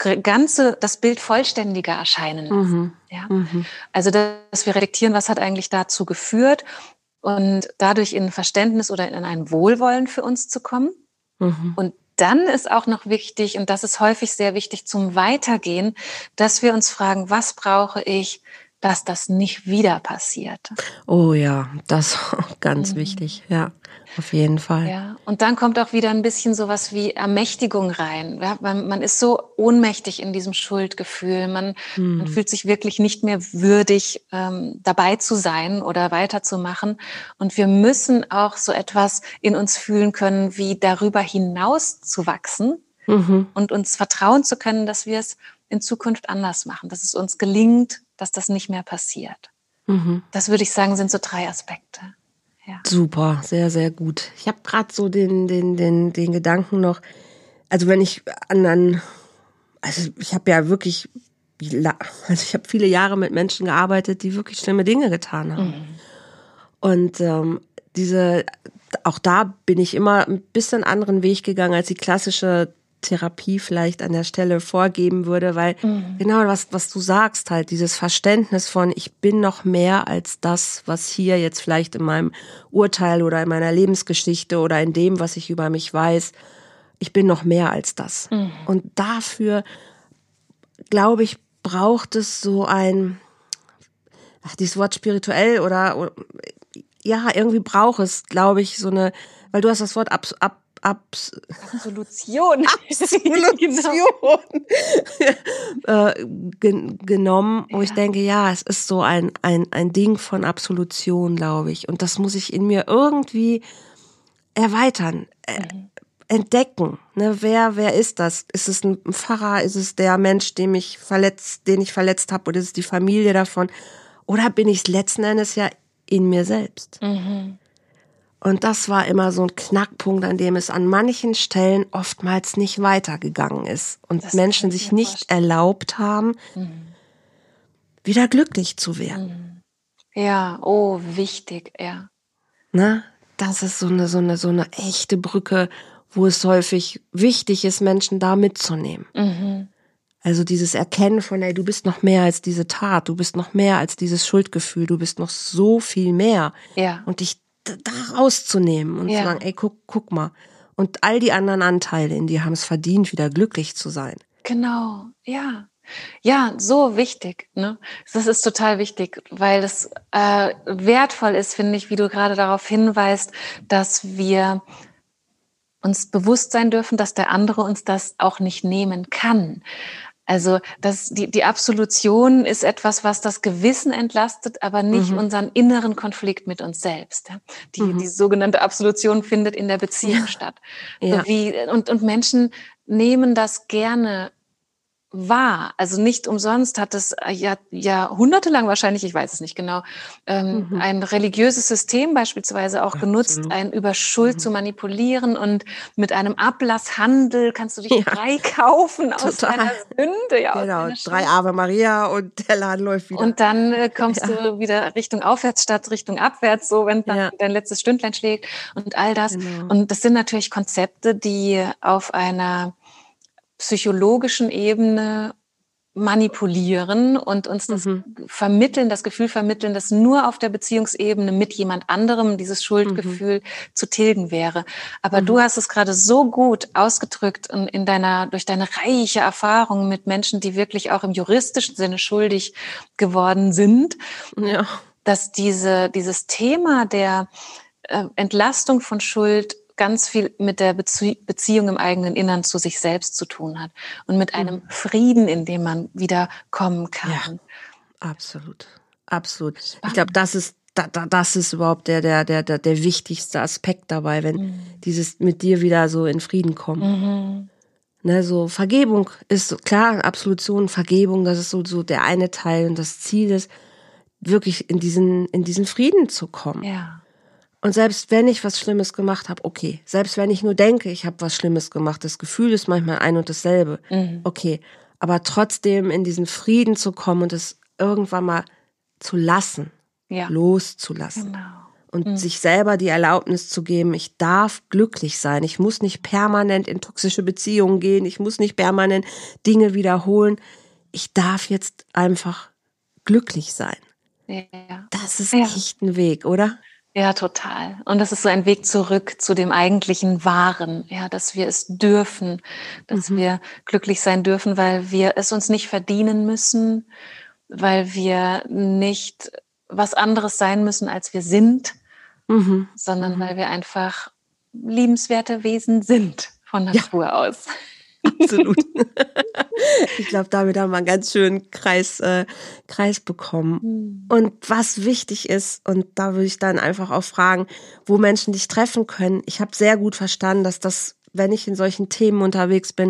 Bild vollständiger erscheinen lassen. Ja? Also, dass wir reflektieren, was hat eigentlich dazu geführt und dadurch in ein Verständnis oder in ein Wohlwollen für uns zu kommen. Und dann ist auch noch wichtig, und das ist häufig sehr wichtig zum Weitergehen, dass wir uns fragen, was brauche ich, dass das nicht wieder passiert. Oh ja, das ist auch ganz wichtig, ja, auf jeden Fall. Ja, und dann kommt auch wieder ein bisschen sowas wie Ermächtigung rein. Ja, man ist so ohnmächtig in diesem Schuldgefühl. Man fühlt sich wirklich nicht mehr würdig, dabei zu sein oder weiterzumachen. Und wir müssen auch so etwas in uns fühlen können, wie darüber hinaus zu wachsen und uns vertrauen zu können, dass wir es in Zukunft anders machen, dass es uns gelingt, dass das nicht mehr passiert. Das würde ich sagen, sind so 3 Aspekte. Ja. Super, sehr, sehr gut. Ich habe gerade so den Gedanken noch, also wenn ich an also ich habe ja wirklich, also ich habe viele Jahre mit Menschen gearbeitet, die wirklich schlimme Dinge getan haben. Und auch da bin ich immer ein bisschen anderen Weg gegangen, als die klassische Therapie vielleicht an der Stelle vorgeben würde, weil genau was du sagst halt, dieses Verständnis von, ich bin noch mehr als das, was hier jetzt vielleicht in meinem Urteil oder in meiner Lebensgeschichte oder in dem, was ich über mich weiß, ich bin noch mehr als das. Und dafür, glaube ich, braucht es so dieses Wort spirituell oder ja, irgendwie braucht es, glaube ich, so eine, weil du hast das Wort Absolution. genommen, wo ich denke, ja, es ist so ein Ding von Absolution, glaube ich. Und das muss ich in mir irgendwie erweitern, entdecken. Ne? Wer ist das? Ist es ein Pfarrer? Ist es der Mensch, den ich verletzt habe? Oder ist es die Familie davon? Oder bin ich es letzten Endes ja in mir selbst? Und das war immer so ein Knackpunkt, an dem es an manchen Stellen oftmals nicht weitergegangen ist. Und das Menschen sich nicht erlaubt haben, wieder glücklich zu werden. Ja, oh, wichtig, ja. Na, das ist so eine echte Brücke, wo es häufig wichtig ist, Menschen da mitzunehmen. Also dieses Erkennen von, ey, du bist noch mehr als diese Tat, du bist noch mehr als dieses Schuldgefühl, du bist noch so viel mehr. Ja. Und dich da rauszunehmen und zu sagen, ey, guck mal. Und all die anderen Anteile in dir haben es verdient, wieder glücklich zu sein. Genau, ja. Ja, so wichtig. Ne? Das ist total wichtig, weil es wertvoll ist, finde ich, wie du gerade darauf hinweist, dass wir uns bewusst sein dürfen, dass der andere uns das auch nicht nehmen kann. Also die Absolution ist etwas, was das Gewissen entlastet, aber nicht unseren inneren Konflikt mit uns selbst. Die sogenannte Absolution findet in der Beziehung statt. Ja. Und Menschen nehmen das gerne wahr. Also nicht umsonst hat es jahrhundertelang wahrscheinlich, ich weiß es nicht genau, ein religiöses System beispielsweise auch genutzt, ein über Schuld zu manipulieren, und mit einem Ablasshandel kannst du dich frei kaufen aus deiner Sünde. Ja, genau, 3 Ave Maria und der Laden läuft wieder. Und dann kommst du wieder Richtung aufwärts statt Richtung abwärts, so wenn dann dein letztes Stündlein schlägt und all das. Genau. Und das sind natürlich Konzepte, die auf einer psychologischen Ebene manipulieren und uns das vermitteln, das Gefühl vermitteln, dass nur auf der Beziehungsebene mit jemand anderem dieses Schuldgefühl zu tilgen wäre. Aber du hast es gerade so gut ausgedrückt und durch deine reiche Erfahrung mit Menschen, die wirklich auch im juristischen Sinne schuldig geworden sind, dass dieses Thema der Entlastung von Schuld ganz viel mit der Beziehung im eigenen Innern zu sich selbst zu tun hat und mit einem Frieden, in dem man wieder kommen kann. Ja, absolut. Absolut. Spannend. Ich glaube, das ist überhaupt der wichtigste Aspekt dabei, wenn dieses mit dir wieder so in Frieden kommen. Ne, so Vergebung ist so, klar, Absolution, Vergebung, das ist so der eine Teil, und das Ziel ist, wirklich in diesen Frieden zu kommen. Ja. Und selbst wenn ich was Schlimmes gemacht habe, okay. Selbst wenn ich nur denke, ich habe was Schlimmes gemacht, das Gefühl ist manchmal ein und dasselbe. Okay. Aber trotzdem in diesen Frieden zu kommen und es irgendwann mal zu lassen, loszulassen. Genau. Und sich selber die Erlaubnis zu geben, ich darf glücklich sein. Ich muss nicht permanent in toxische Beziehungen gehen. Ich muss nicht permanent Dinge wiederholen. Ich darf jetzt einfach glücklich sein. Ja. Das ist echt ein Weg, oder? Ja, total. Und das ist so ein Weg zurück zu dem eigentlichen Wahren, ja, dass wir es dürfen, dass wir glücklich sein dürfen, weil wir es uns nicht verdienen müssen, weil wir nicht was anderes sein müssen, als wir sind, sondern weil wir einfach liebenswerte Wesen sind von Natur aus. Absolut. Ich glaube, damit haben wir einen ganz schönen Kreis bekommen. Und was wichtig ist, und da würde ich dann einfach auch fragen, wo Menschen dich treffen können. Ich habe sehr gut verstanden, dass das, wenn ich in solchen Themen unterwegs bin,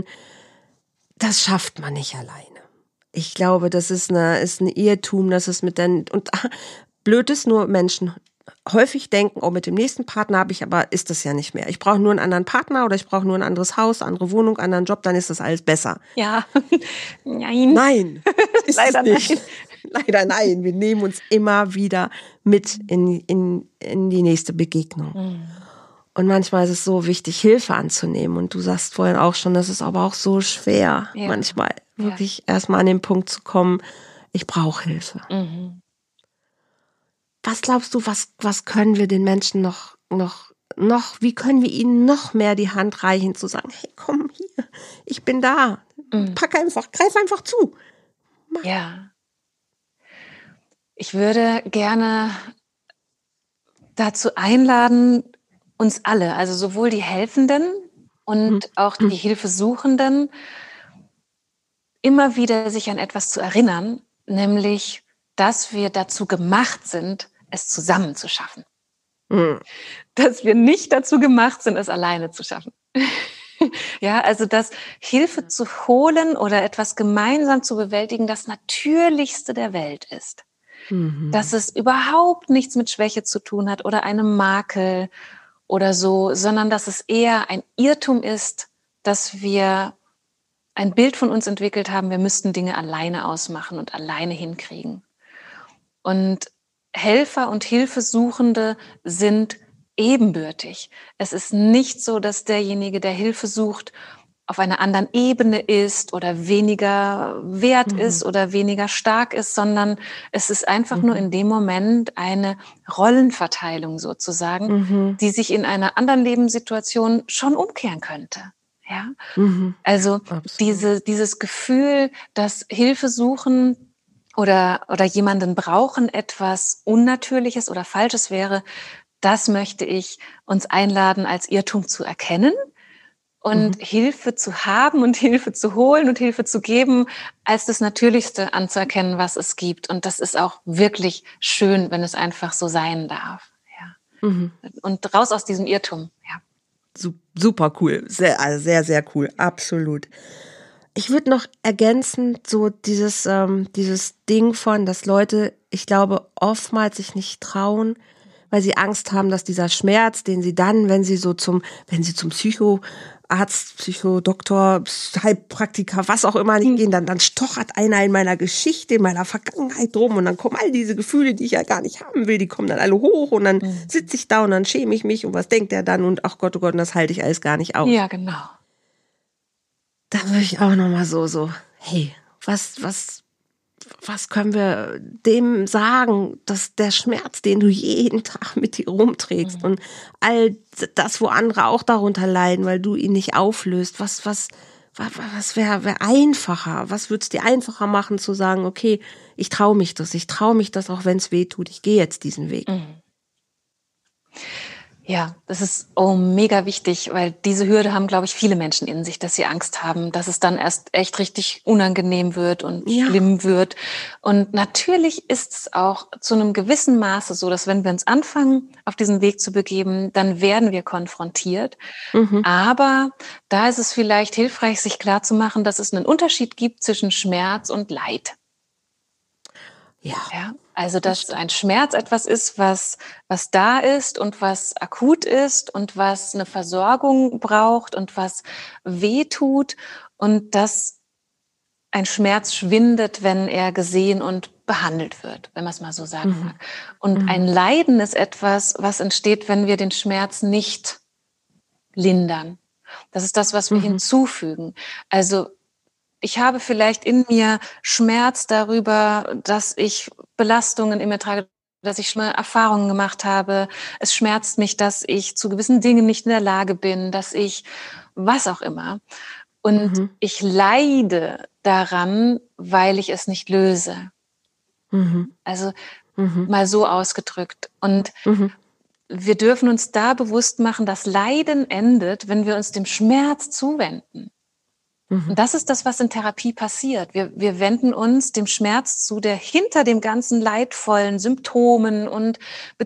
das schafft man nicht alleine. Ich glaube, das ist ein Irrtum, dass es und blöd ist, nur Menschen häufig denken, oh, mit dem nächsten Partner habe ich, aber ist das ja nicht mehr. Ich brauche nur einen anderen Partner oder ich brauche nur ein anderes Haus, andere Wohnung, anderen Job, dann ist das alles besser. Ja, nein. Nein, ist Leider es nicht. nein. Leider nein. Wir nehmen uns immer wieder mit in die nächste Begegnung. Und manchmal ist es so wichtig, Hilfe anzunehmen. Und du sagst vorhin auch schon, das ist aber auch so schwer, manchmal wirklich erstmal an den Punkt zu kommen, ich brauche Hilfe. Was glaubst du, was können wir den Menschen noch, wie können wir ihnen noch mehr die Hand reichen, zu sagen, hey, komm hier, ich bin da. Greif einfach zu. Ja. Ich würde gerne dazu einladen, uns alle, also sowohl die Helfenden und auch die Hilfesuchenden, immer wieder sich an etwas zu erinnern, nämlich, dass wir dazu gemacht sind, es zusammen zu schaffen. Dass wir nicht dazu gemacht sind, es alleine zu schaffen. Ja, also dass Hilfe zu holen oder etwas gemeinsam zu bewältigen das Natürlichste der Welt ist. Dass es überhaupt nichts mit Schwäche zu tun hat oder einem Makel oder so, sondern dass es eher ein Irrtum ist, dass wir ein Bild von uns entwickelt haben, wir müssten Dinge alleine ausmachen und alleine hinkriegen. Und Helfer und Hilfesuchende sind ebenbürtig. Es ist nicht so, dass derjenige, der Hilfe sucht, auf einer anderen Ebene ist oder weniger wert ist oder weniger stark ist, sondern es ist einfach nur in dem Moment eine Rollenverteilung sozusagen, die sich in einer anderen Lebenssituation schon umkehren könnte. Ja? Also dieses Gefühl, dass Hilfe suchen oder jemanden brauchen etwas Unnatürliches oder Falsches wäre, das möchte ich uns einladen, als Irrtum zu erkennen. Und Hilfe zu haben und Hilfe zu holen und Hilfe zu geben, als das Natürlichste anzuerkennen, was es gibt. Und das ist auch wirklich schön, wenn es einfach so sein darf. Ja. Und raus aus diesem Irrtum. Ja. Super cool. Sehr, sehr, sehr cool. Absolut. Ich würde noch ergänzen, so dieses Ding von, dass Leute, ich glaube, oftmals sich nicht trauen, weil sie Angst haben, dass dieser Schmerz, den sie dann, wenn sie zum Psychoarzt, Psychodoktor, Heilpraktiker, was auch immer nicht gehen, dann stochert einer in meiner Geschichte, in meiner Vergangenheit drum und dann kommen all diese Gefühle, die ich ja gar nicht haben will, die kommen dann alle hoch und dann sitze ich da und dann schäme ich mich und was denkt der dann und ach Gott, oh Gott, und das halte ich alles gar nicht aus. Ja, genau. Da würde ich auch nochmal so, hey, was können wir dem sagen, dass der Schmerz, den du jeden Tag mit dir rumträgst und all das, wo andere auch darunter leiden, weil du ihn nicht auflöst, was wäre einfacher? Was würde es dir einfacher machen zu sagen, okay, ich traue mich das, auch wenn es weh tut, ich gehe jetzt diesen Weg. Ja, das ist mega wichtig, weil diese Hürde haben, glaube ich, viele Menschen in sich, dass sie Angst haben, dass es dann erst echt richtig unangenehm wird und schlimm wird. Und natürlich ist es auch zu einem gewissen Maße so, dass wenn wir uns anfangen, auf diesen Weg zu begeben, dann werden wir konfrontiert. Aber da ist es vielleicht hilfreich, sich klarzumachen, dass es einen Unterschied gibt zwischen Schmerz und Leid. Ja, also dass ein Schmerz etwas ist, was da ist und was akut ist und was eine Versorgung braucht und was weh tut und dass ein Schmerz schwindet, wenn er gesehen und behandelt wird, wenn man es mal so sagen mag. Und ein Leiden ist etwas, was entsteht, wenn wir den Schmerz nicht lindern. Das ist das, was wir hinzufügen. Also ich habe vielleicht in mir Schmerz darüber, dass ich Belastungen in mir trage, dass ich schlimme Erfahrungen gemacht habe. Es schmerzt mich, dass ich zu gewissen Dingen nicht in der Lage bin, dass ich was auch immer. Und ich leide daran, weil ich es nicht löse. Also mal so ausgedrückt. Und wir dürfen uns da bewusst machen, dass Leiden endet, wenn wir uns dem Schmerz zuwenden. Und das ist das, was in Therapie passiert. Wir wenden uns dem Schmerz zu, der hinter dem ganzen leidvollen Symptomen und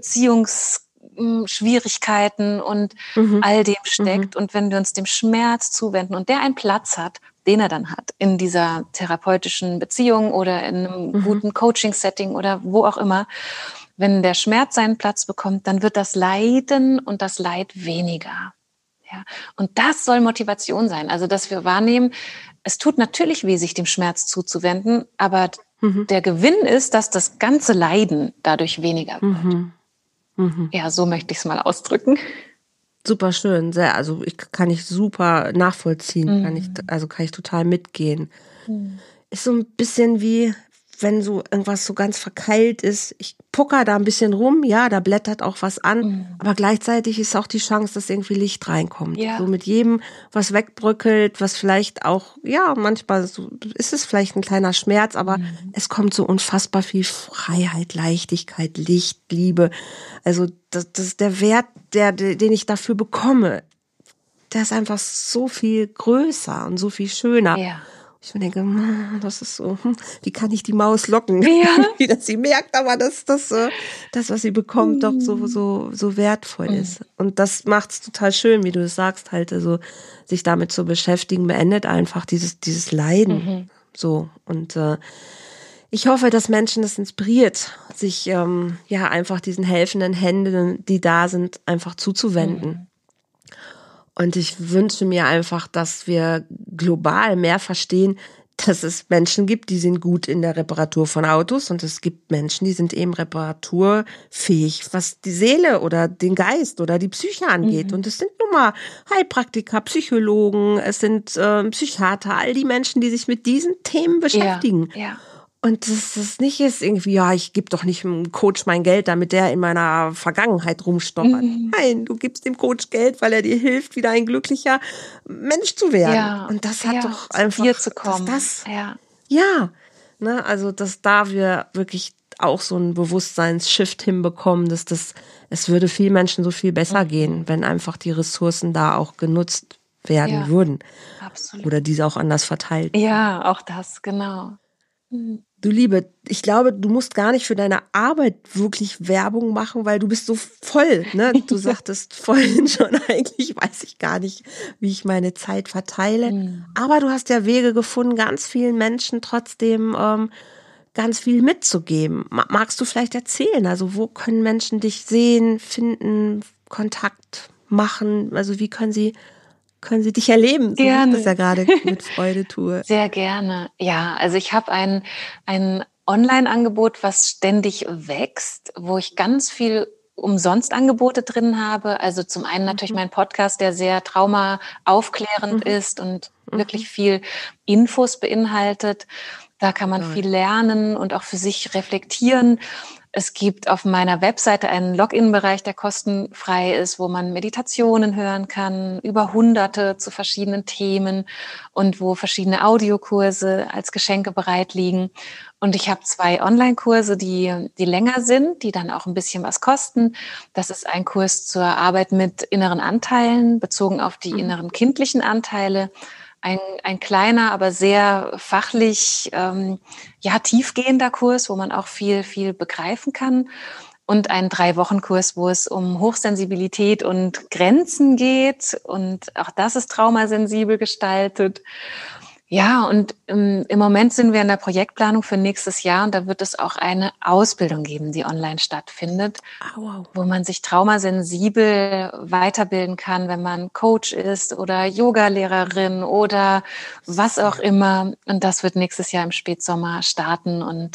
Beziehungsschwierigkeiten und all dem steckt. Und wenn wir uns dem Schmerz zuwenden und der einen Platz hat, den er dann hat in dieser therapeutischen Beziehung oder in einem guten Coaching-Setting oder wo auch immer, wenn der Schmerz seinen Platz bekommt, dann wird das Leiden und das Leid weniger. Ja, und das soll Motivation sein. Also, dass wir wahrnehmen, es tut natürlich weh, sich dem Schmerz zuzuwenden, aber der Gewinn ist, dass das ganze Leiden dadurch weniger wird. Ja, so möchte ich es mal ausdrücken. Super schön, sehr, also kann ich super nachvollziehen, kann ich total mitgehen. Ist so ein bisschen wie, wenn so irgendwas so ganz verkeilt ist, ich pucker da ein bisschen rum, ja, da blättert auch was an, aber gleichzeitig ist auch die Chance, dass irgendwie Licht reinkommt. Ja. So mit jedem, was wegbröckelt, was vielleicht auch, ja, manchmal so, ist es vielleicht ein kleiner Schmerz, aber es kommt so unfassbar viel Freiheit, Leichtigkeit, Licht, Liebe. Also das ist der Wert, den ich dafür bekomme. Der ist einfach so viel größer und so viel schöner. Ja. Ich denke, das ist so, wie kann ich die Maus locken, wie dass sie merkt, aber dass das, was sie bekommt, doch so wertvoll ist. Und das macht's total schön, wie du es sagst, halt, also sich damit zu beschäftigen, beendet einfach dieses Leiden. So. Und ich hoffe, dass Menschen das inspiriert, sich einfach diesen helfenden Händen, die da sind, einfach zuzuwenden. Und ich wünsche mir einfach, dass wir global mehr verstehen, dass es Menschen gibt, die sind gut in der Reparatur von Autos und es gibt Menschen, die sind eben reparaturfähig, was die Seele oder den Geist oder die Psyche angeht. Und es sind nun mal Heilpraktiker, Psychologen, es sind Psychiater, all die Menschen, die sich mit diesen Themen beschäftigen. Ja. Und dass das nicht ist irgendwie, ja, ich gebe doch nicht dem Coach mein Geld, damit der in meiner Vergangenheit rumstochert. Nein, du gibst dem Coach Geld, weil er dir hilft, wieder ein glücklicher Mensch zu werden. Ja. Und das hat doch einfach, dir zu kommen. Also dass da wir wirklich auch so einen Bewusstseinsshift hinbekommen, es würde vielen Menschen so viel besser gehen, wenn einfach die Ressourcen da auch genutzt werden würden. Absolut. Oder diese auch anders verteilt. Ja, auch das, genau. Du Liebe, ich glaube, du musst gar nicht für deine Arbeit wirklich Werbung machen, weil du bist so voll, ne? Du sagtest vorhin schon, eigentlich weiß ich gar nicht, wie ich meine Zeit verteile. Aber du hast ja Wege gefunden, ganz vielen Menschen trotzdem ganz viel mitzugeben. Magst du vielleicht erzählen? Also wo können Menschen dich sehen, finden, Kontakt machen? Also wie können sie dich erleben, so wie ich das ja gerade mit Freude tue. Sehr gerne. Ja, also ich habe ein Online-Angebot, was ständig wächst, wo ich ganz viel Umsonstangebote drin habe. Also zum einen natürlich mein Podcast, der sehr traumaaufklärend ist und wirklich viel Infos beinhaltet. Da kann man viel lernen und auch für sich reflektieren. Es gibt auf meiner Webseite einen Login-Bereich, der kostenfrei ist, wo man Meditationen hören kann, über Hunderte zu verschiedenen Themen und wo verschiedene Audiokurse als Geschenke bereit liegen. Und ich habe 2 Online-Kurse, die länger sind, die dann auch ein bisschen was kosten. Das ist ein Kurs zur Arbeit mit inneren Anteilen, bezogen auf die inneren kindlichen Anteile. Ein kleiner, aber sehr fachlich, tiefgehender Kurs, wo man auch viel begreifen kann. Und ein 3-Wochen-Kurs, wo es um Hochsensibilität und Grenzen geht. Und auch das ist traumasensibel gestaltet. Ja, und im Moment sind wir in der Projektplanung für nächstes Jahr und da wird es auch eine Ausbildung geben, die online stattfindet, wo man sich traumasensibel weiterbilden kann, wenn man Coach ist oder Yogalehrerin oder was auch immer. Und das wird nächstes Jahr im Spätsommer starten und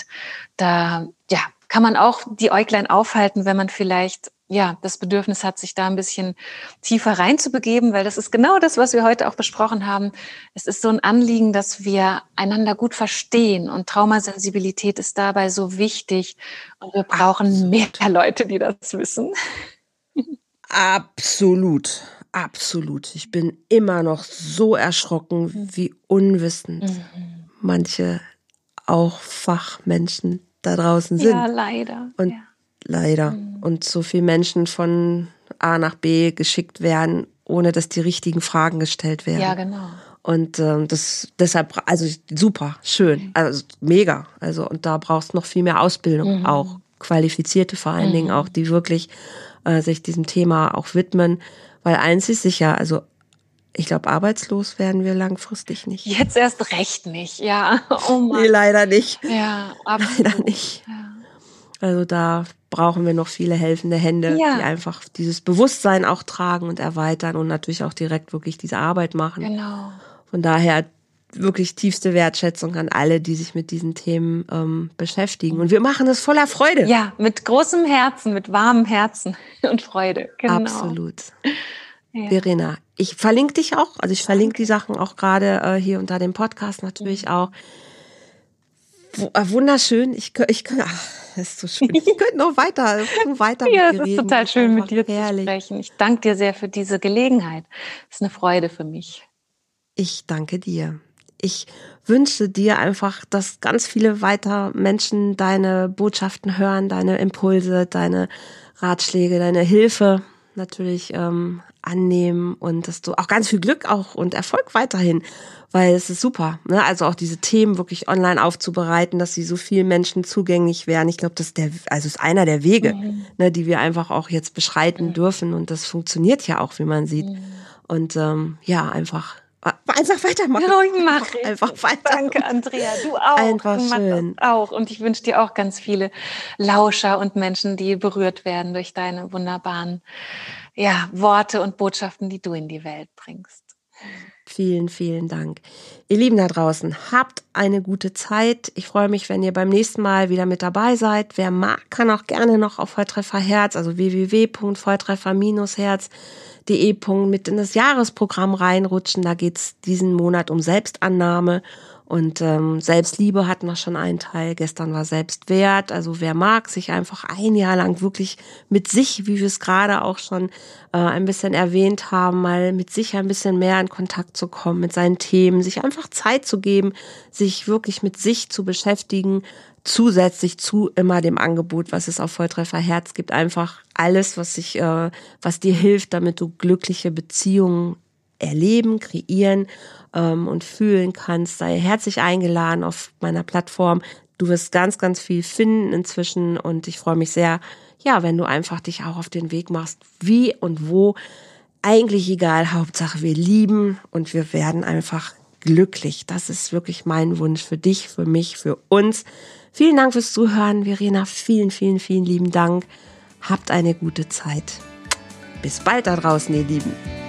da kann man auch die Äuglein aufhalten, wenn man vielleicht das Bedürfnis hat, sich da ein bisschen tiefer reinzubegeben, weil das ist genau das, was wir heute auch besprochen haben. Es ist so ein Anliegen, dass wir einander gut verstehen und Traumasensibilität ist dabei so wichtig und wir brauchen mehr Leute, die das wissen. Absolut. Ich bin immer noch so erschrocken, wie unwissend manche auch Fachmenschen da draußen sind. Ja, leider. Und leider. Und so viele Menschen von A nach B geschickt werden, ohne dass die richtigen Fragen gestellt werden. Ja, genau. Und deshalb, also super, schön, also mega. Also und da brauchst du noch viel mehr Ausbildung, auch qualifizierte vor allen Dingen auch, die wirklich sich diesem Thema auch widmen. Weil eins ist sicher, also ich glaube, arbeitslos werden wir langfristig nicht. Jetzt erst recht nicht, ja. Oh Mann. Nee, leider nicht. Ja, absolut. Leider nicht. Ja. Also da brauchen wir noch viele helfende Hände, die einfach dieses Bewusstsein auch tragen und erweitern und natürlich auch direkt wirklich diese Arbeit machen. Genau. Von daher wirklich tiefste Wertschätzung an alle, die sich mit diesen Themen beschäftigen. Und wir machen es voller Freude. Ja, mit großem Herzen, mit warmem Herzen und Freude. Genau. Absolut. Ja. Verena, ich verlinke dich auch. Also ich verlinke die Sachen auch gerade hier unter dem Podcast natürlich auch. Wunderschön. Das ist so schön. Ich könnte noch weiter ja, es ist total schön, mit dir zu sprechen. Ich danke dir sehr für diese Gelegenheit. Es ist eine Freude für mich. Ich danke dir. Ich wünsche dir einfach, dass ganz viele weiter Menschen deine Botschaften hören, deine Impulse, deine Ratschläge, deine Hilfe natürlich annehmen und dass du auch ganz viel Glück auch und Erfolg weiterhin, weil es ist super, ne? Also auch diese Themen wirklich online aufzubereiten, dass sie so vielen Menschen zugänglich werden. Ich glaube, das ist einer der Wege, ne, die wir einfach auch jetzt beschreiten dürfen und das funktioniert ja auch, wie man sieht. Und einfach weitermachen. Ja, ich mache einfach weiter. Danke, Andrea. Du auch. Einfach du schön. Das auch. Und ich wünsche dir auch ganz viele Lauscher und Menschen, die berührt werden durch deine wunderbaren Worte und Botschaften, die du in die Welt bringst. Vielen, vielen Dank. Ihr Lieben da draußen, habt eine gute Zeit. Ich freue mich, wenn ihr beim nächsten Mal wieder mit dabei seid. Wer mag, kann auch gerne noch auf Volltreffer Herz, also www.volltreffer-herz.de mit in das Jahresprogramm reinrutschen. Da geht's diesen Monat um Selbstannahme und Selbstliebe hatten wir schon einen Teil. Gestern war Selbstwert. Also wer mag, sich einfach ein Jahr lang wirklich mit sich, wie wir es gerade auch schon ein bisschen erwähnt haben, mal mit sich ein bisschen mehr in Kontakt zu kommen, mit seinen Themen, sich einfach Zeit zu geben, sich wirklich mit sich zu beschäftigen, zusätzlich zu immer dem Angebot, was es auf Volltreffer Herz gibt, einfach alles, was dir hilft, damit du glückliche Beziehungen erleben, kreieren und fühlen kannst. Sei herzlich eingeladen auf meiner Plattform. Du wirst ganz, ganz viel finden inzwischen und ich freue mich sehr, wenn du einfach dich auch auf den Weg machst, wie und wo, eigentlich egal, Hauptsache wir lieben und wir werden einfach glücklich. Das ist wirklich mein Wunsch für dich, für mich, für uns. Vielen Dank fürs Zuhören, Verena. Vielen, vielen, vielen lieben Dank. Habt eine gute Zeit. Bis bald da draußen, ihr Lieben.